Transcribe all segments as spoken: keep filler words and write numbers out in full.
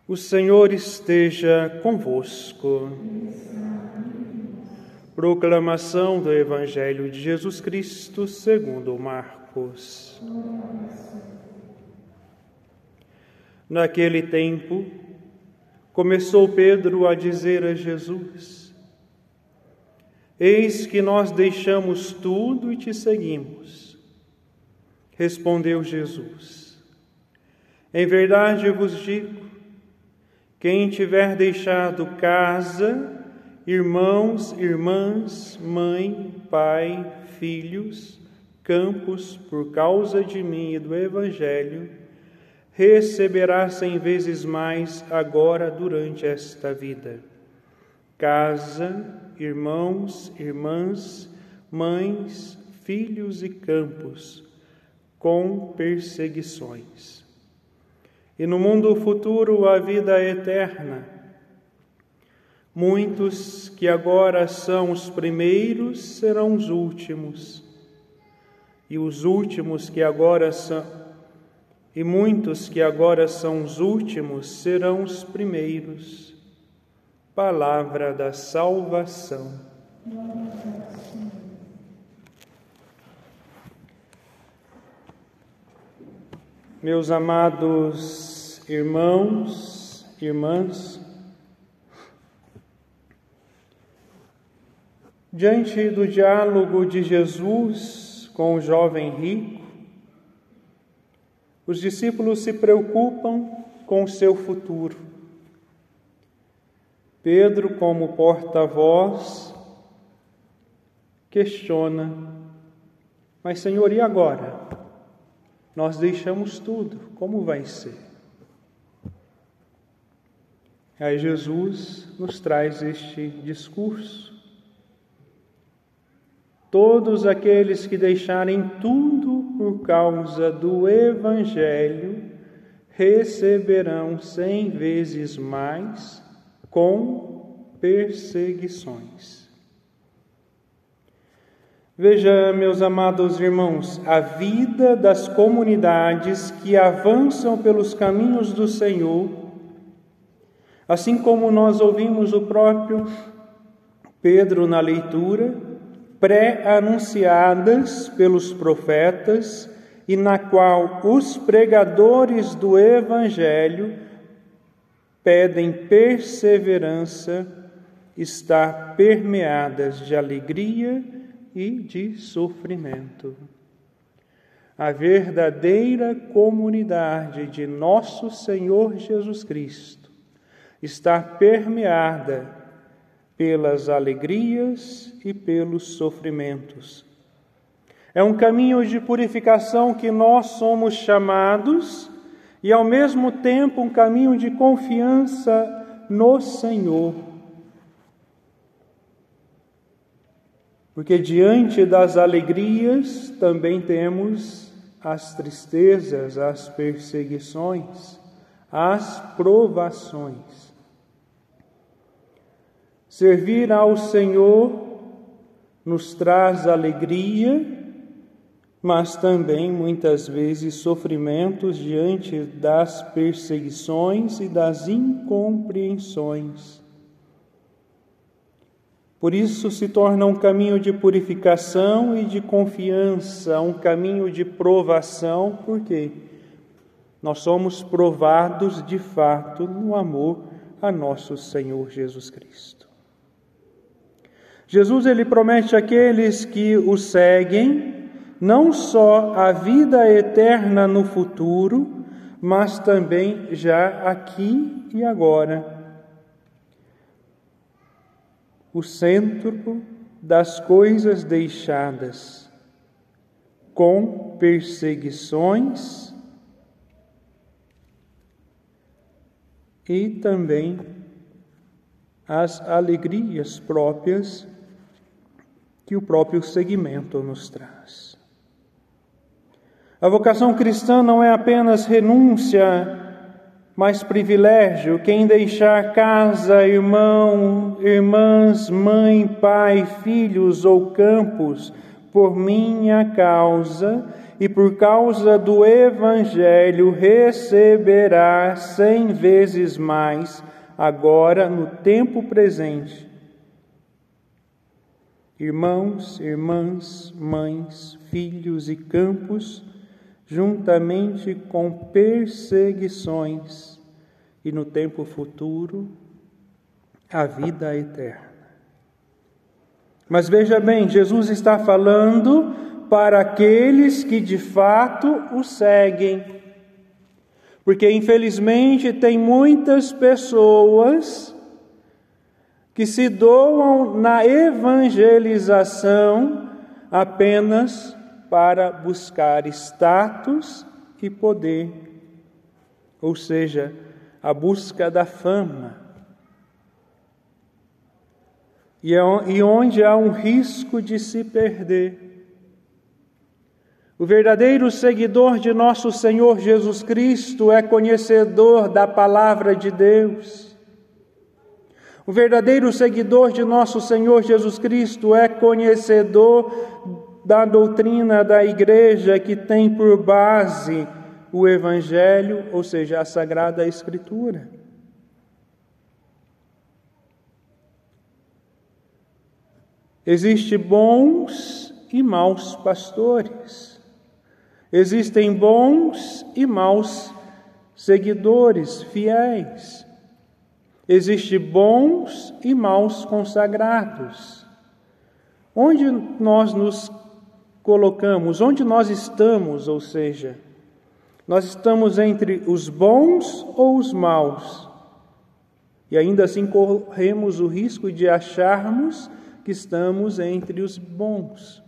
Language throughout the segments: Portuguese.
O Senhor esteja convosco. Proclamação do Evangelho de Jesus Cristo segundo Marcos. Naquele tempo, começou Pedro a dizer a Jesus: Eis que nós deixamos tudo e te seguimos. Respondeu Jesus: Em verdade eu vos digo, quem tiver deixado casa, irmãos, irmãs, mãe, pai, filhos, campos, por causa de mim e do Evangelho, receberá cem vezes mais agora durante esta vida. Casa, irmãos, irmãs, mães, filhos e campos, com perseguições. E no mundo futuro a vida eterna. Muitos que agora são os primeiros serão os últimos, e os últimos que agora são e muitos que agora são os últimos serão os primeiros. Palavra da salvação. Meus amados irmãos, irmãs, diante do diálogo de Jesus com o jovem rico, os discípulos se preocupam com o seu futuro. Pedro, como porta-voz, questiona: Mas, Senhor, e agora? Nós deixamos tudo, como vai ser? Aí Jesus nos traz este discurso. Todos aqueles que deixarem tudo por causa do Evangelho receberão cem vezes mais com perseguições. Veja, meus amados irmãos, a vida das comunidades que avançam pelos caminhos do Senhor, assim como nós ouvimos o próprio Pedro na leitura, pré-anunciadas pelos profetas e na qual os pregadores do Evangelho pedem perseverança, está permeadas de alegria e de sofrimento. A verdadeira comunidade de nosso Senhor Jesus Cristo está permeada pelas alegrias e pelos sofrimentos. É um caminho de purificação que nós somos chamados e, ao mesmo tempo, um caminho de confiança no Senhor. Porque diante das alegrias também temos as tristezas, as perseguições, as provações. Servir ao Senhor nos traz alegria, mas também muitas vezes sofrimentos diante das perseguições e das incompreensões. Por isso se torna um caminho de purificação e de confiança, um caminho de provação, porque nós somos provados de fato no amor a nosso Senhor Jesus Cristo. Jesus, ele promete àqueles que o seguem não só a vida eterna no futuro, mas também já aqui e agora. O centro das coisas deixadas, com perseguições e também as alegrias próprias que o próprio seguimento nos traz. A vocação cristã não é apenas renúncia, mas privilégio. Quem deixar casa, irmão, irmãs, mãe, pai, filhos ou campos por minha causa, e por causa do Evangelho receberá cem vezes mais, agora no tempo presente. Irmãos, irmãs, mães, filhos e campos, juntamente com perseguições, e no tempo futuro, a vida eterna. Mas veja bem, Jesus está falando para aqueles que de fato o seguem. Porque infelizmente tem muitas pessoas que se doam na evangelização apenas para buscar status e poder, ou seja, a busca da fama. E onde há um risco de se perder. O verdadeiro seguidor de nosso Senhor Jesus Cristo é conhecedor da palavra de Deus. O verdadeiro seguidor de nosso Senhor Jesus Cristo é conhecedor da doutrina da Igreja, que tem por base o Evangelho, ou seja, a Sagrada Escritura. Existem bons e maus pastores. Existem bons e maus seguidores, fiéis. Existem bons e maus consagrados. Onde nós nos colocamos? Onde nós estamos? Ou seja, nós estamos entre os bons ou os maus? E ainda assim corremos o risco de acharmos que estamos entre os bons.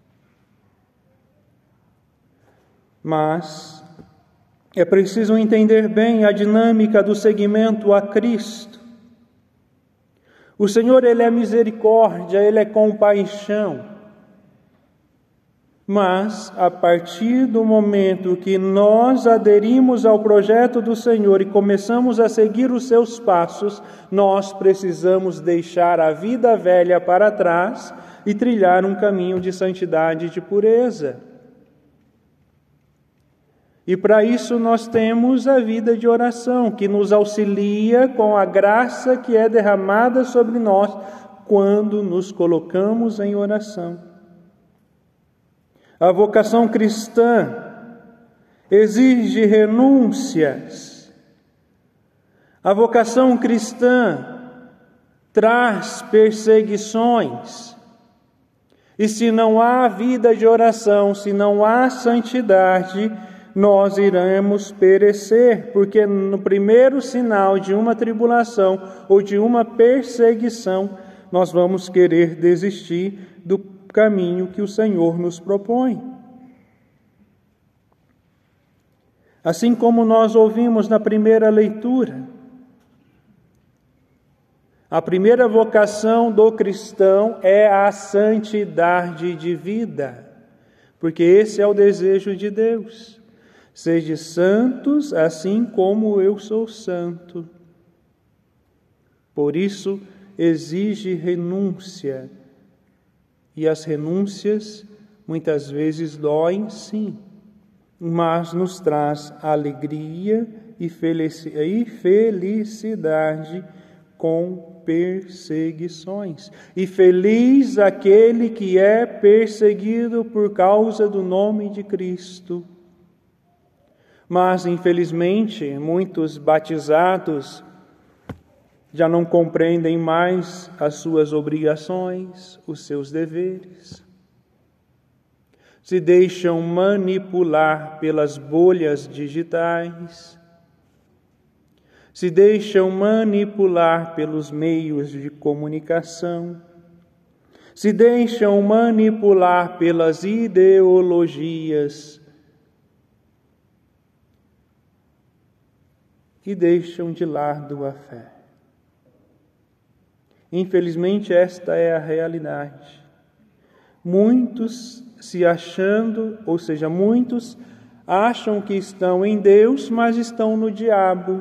Mas é preciso entender bem a dinâmica do seguimento a Cristo. O Senhor, Ele é misericórdia, Ele é compaixão. Mas, a partir do momento que nós aderimos ao projeto do Senhor e começamos a seguir os seus passos, nós precisamos deixar a vida velha para trás e trilhar um caminho de santidade e de pureza. E para isso nós temos a vida de oração, que nos auxilia com a graça que é derramada sobre nós quando nos colocamos em oração. A vocação cristã exige renúncias. A vocação cristã traz perseguições. E se não há vida de oração, se não há santidade, nós iremos perecer, porque no primeiro sinal de uma tribulação ou de uma perseguição, nós vamos querer desistir do caminho que o Senhor nos propõe. Assim como nós ouvimos na primeira leitura, a primeira vocação do cristão é a santidade de vida, porque esse é o desejo de Deus. Sede santos, assim como eu sou santo. Por isso, exige renúncia. E as renúncias, muitas vezes, doem, sim, mas nos traz alegria e felicidade com perseguições. E feliz aquele que é perseguido por causa do nome de Cristo. Mas, infelizmente, muitos batizados já não compreendem mais as suas obrigações, os seus deveres. Se deixam manipular pelas bolhas digitais. Se deixam manipular pelos meios de comunicação. Se deixam manipular pelas ideologias. E deixam de lado a fé. Infelizmente, esta é a realidade. Muitos se achando, ou seja, muitos acham que estão em Deus, mas estão no diabo.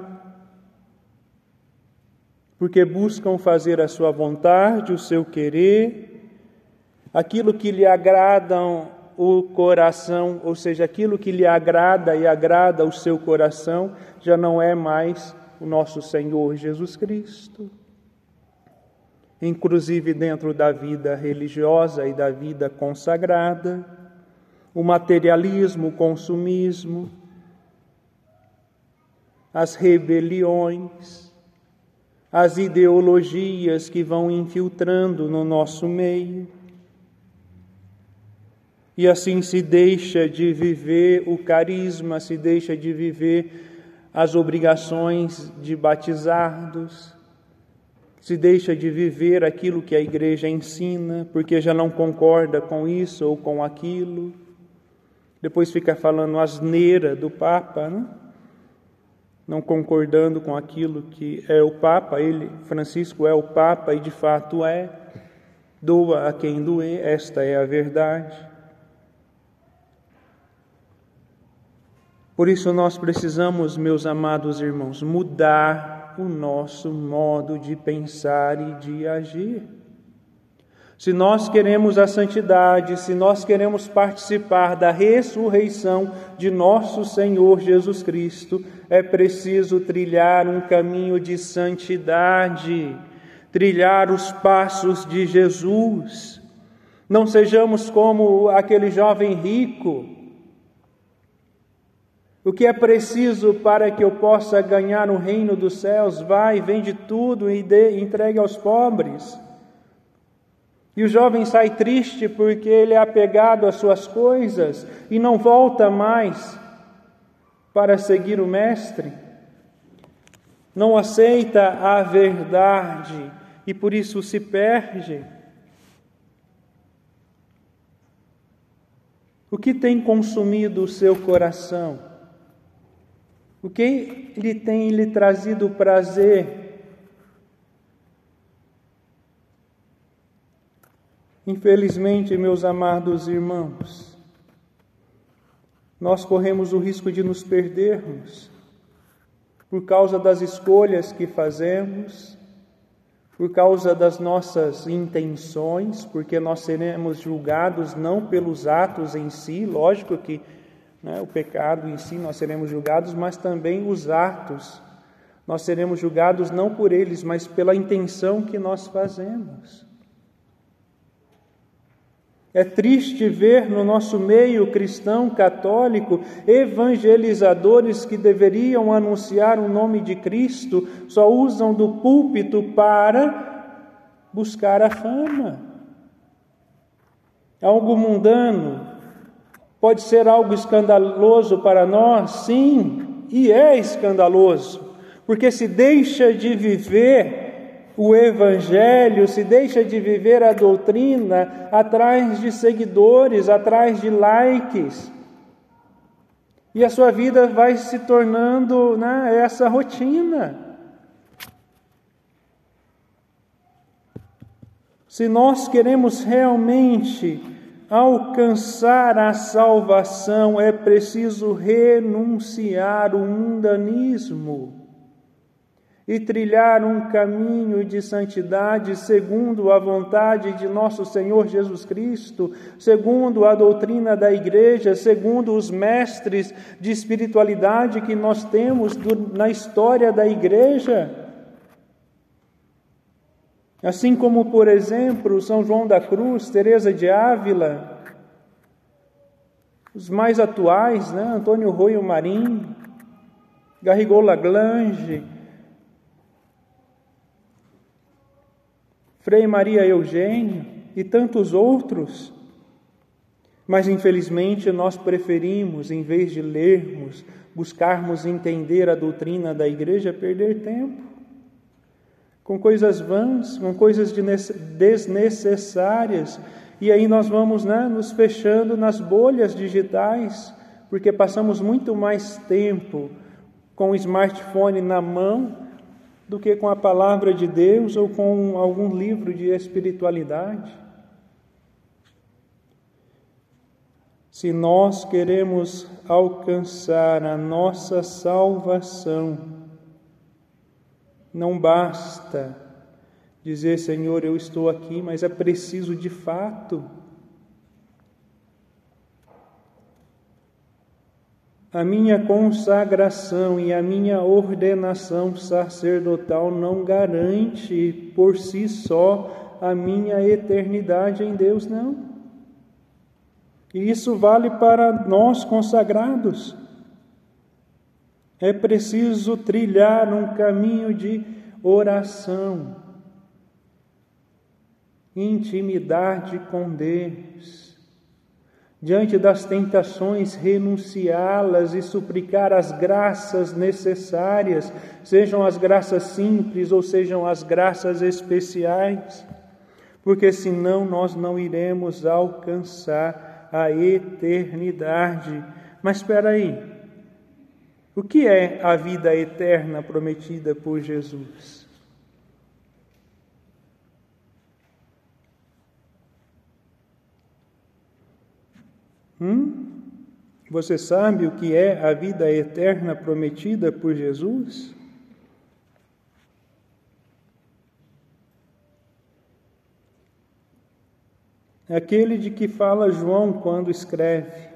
Porque buscam fazer a sua vontade, o seu querer, aquilo que lhe agradam o coração, ou seja, aquilo que lhe agrada e agrada o seu coração, já não é mais o nosso Senhor Jesus Cristo. Inclusive dentro da vida religiosa e da vida consagrada, o materialismo, o consumismo, as rebeliões, as ideologias que vão infiltrando no nosso meio. E assim se deixa de viver o carisma, se deixa de viver as obrigações de batizados, se deixa de viver aquilo que a igreja ensina, porque já não concorda com isso ou com aquilo. Depois fica falando asneira do Papa, né? Não concordando com aquilo que é o Papa. Ele, Francisco, é o Papa e de fato é. Doa a quem doer, esta é a verdade. Por isso nós precisamos, meus amados irmãos, mudar o nosso modo de pensar e de agir. Se nós queremos a santidade, se nós queremos participar da ressurreição de nosso Senhor Jesus Cristo, é preciso trilhar um caminho de santidade, trilhar os passos de Jesus. Não sejamos como aquele jovem rico. O que é preciso para que eu possa ganhar o reino dos céus? Vai, vende tudo e dê, entregue aos pobres. E o jovem sai triste porque ele é apegado às suas coisas e não volta mais para seguir o Mestre. Não aceita a verdade e por isso se perde. O que tem consumido o seu coração? O que lhe tem lhe trazido prazer? Infelizmente, meus amados irmãos, nós corremos o risco de nos perdermos por causa das escolhas que fazemos, por causa das nossas intenções, porque nós seremos julgados não pelos atos em si, lógico que né, o pecado em si nós seremos julgados, mas também os atos. Nós seremos julgados não por eles, mas pela intenção que nós fazemos. É triste ver no nosso meio cristão católico evangelizadores que deveriam anunciar o nome de Cristo, só usam do púlpito para buscar a fama. Algo mundano. Pode ser algo escandaloso para nós, sim, e é escandaloso, porque se deixa de viver o Evangelho, se deixa de viver a doutrina atrás de seguidores, atrás de likes, e a sua vida vai se tornando, né, essa rotina. Se nós queremos realmente alcançar a salvação, é preciso renunciar o mundanismo e trilhar um caminho de santidade segundo a vontade de nosso Senhor Jesus Cristo, segundo a doutrina da Igreja, segundo os mestres de espiritualidade que nós temos na história da Igreja. Assim como, por exemplo, São João da Cruz, Teresa de Ávila, os mais atuais, né? Antônio Roio Marim, Garrigou Lagrange, Frei Maria Eugênio e tantos outros. Mas, infelizmente, nós preferimos, em vez de lermos, buscarmos entender a doutrina da Igreja, perder tempo com coisas vãs, com coisas desnecessárias, e aí nós vamos, né, nos fechando nas bolhas digitais, porque passamos muito mais tempo com o smartphone na mão do que com a palavra de Deus ou com algum livro de espiritualidade. Se nós queremos alcançar a nossa salvação, não basta dizer, Senhor, eu estou aqui, mas é preciso de fato A minha consagração e a minha ordenação sacerdotal não garante por si só a minha eternidade em Deus, não. E isso vale para nós consagrados. É preciso trilhar um caminho de oração, intimidade com Deus. Diante das tentações, renunciá-las e suplicar as graças necessárias, sejam as graças simples ou sejam as graças especiais, porque senão nós não iremos alcançar a eternidade. Mas espera aí, o que é a vida eterna prometida por Jesus? Hum? Você sabe o que é a vida eterna prometida por Jesus? É aquele de que fala João quando escreve: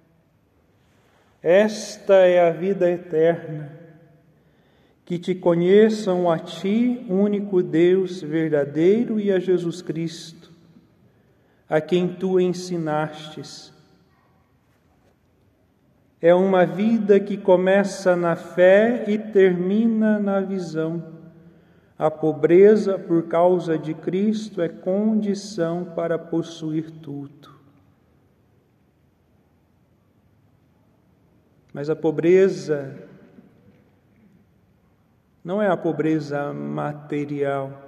esta é a vida eterna, que te conheçam a ti, único Deus verdadeiro, e a Jesus Cristo, a quem tu ensinastes. É uma vida que começa na fé e termina na visão. A pobreza por causa de Cristo é condição para possuir tudo. Mas a pobreza não é a pobreza material.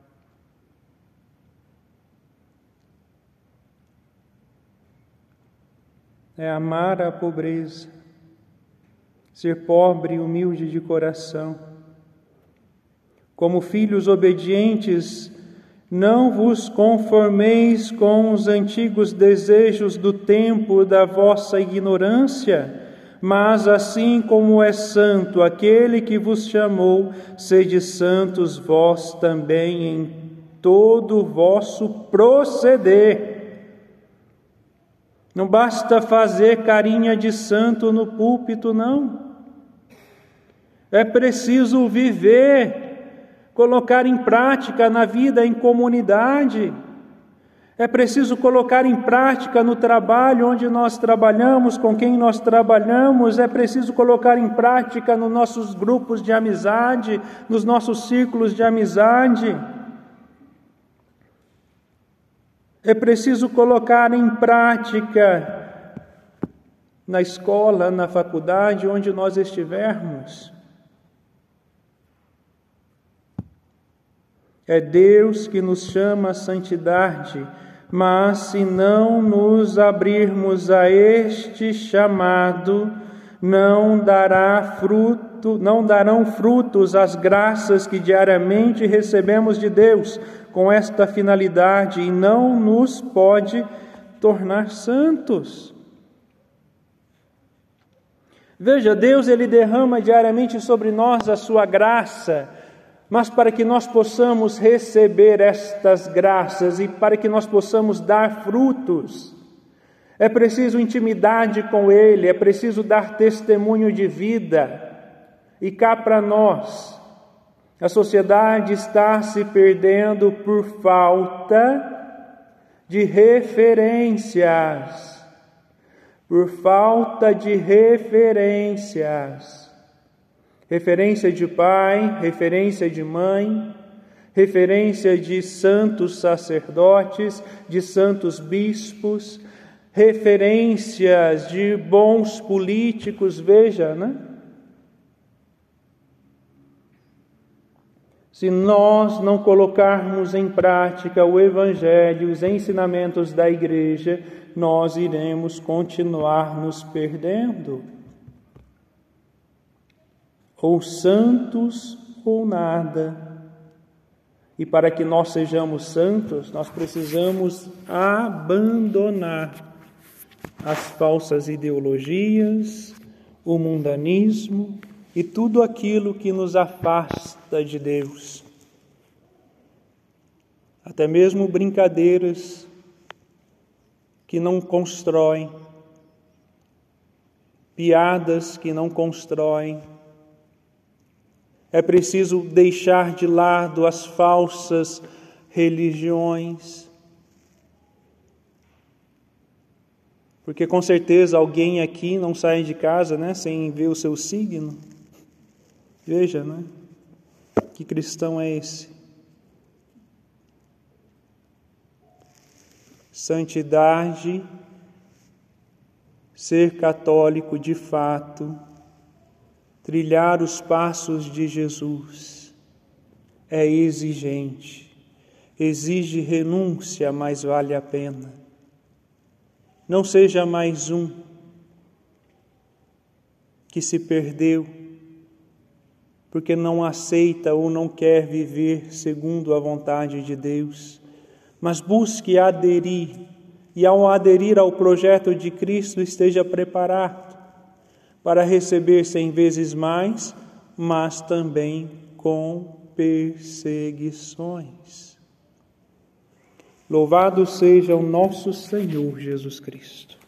É amar a pobreza, ser pobre e humilde de coração. Como filhos obedientes, não vos conformeis com os antigos desejos do tempo da vossa ignorância, mas assim como é santo aquele que vos chamou, sede santos vós também em todo o vosso proceder. Não basta fazer carinha de santo no púlpito, não. É preciso viver, colocar em prática na vida em comunidade. É preciso colocar em prática no trabalho onde nós trabalhamos, com quem nós trabalhamos. É preciso colocar em prática nos nossos grupos de amizade, nos nossos círculos de amizade. É preciso colocar em prática na escola, na faculdade, onde nós estivermos. É Deus que nos chama à santidade, mas se não nos abrirmos a este chamado, não dará fruto, não darão frutos as graças que diariamente recebemos de Deus, com esta finalidade, e não nos pode tornar santos. Veja, Deus ele derrama diariamente sobre nós a sua graça, mas para que nós possamos receber estas graças e para que nós possamos dar frutos, é preciso intimidade com Ele, é preciso dar testemunho de vida. E cá para nós, a sociedade está se perdendo por falta de referências. Por falta de referências. Referência de pai, referência de mãe, referência de santos sacerdotes, de santos bispos, referências de bons políticos, veja, né? Se nós não colocarmos em prática o Evangelho, os ensinamentos da Igreja, nós iremos continuar nos perdendo. Ou santos ou nada. E para que nós sejamos santos, nós precisamos abandonar as falsas ideologias, o mundanismo e tudo aquilo que nos afasta de Deus. Até mesmo brincadeiras que não constroem, piadas que não constroem. É preciso deixar de lado as falsas religiões. Porque com certeza alguém aqui não sai de casa, né, sem ver o seu signo. Veja, né? Que cristão é esse? Santidade, ser católico de fato, trilhar os passos de Jesus, é exigente, exige renúncia, mas vale a pena. Não seja mais um que se perdeu, porque não aceita ou não quer viver segundo a vontade de Deus, mas busque aderir, e ao aderir ao projeto de Cristo esteja preparado para receber cem vezes mais, mas também com perseguições. Louvado seja o nosso Senhor Jesus Cristo.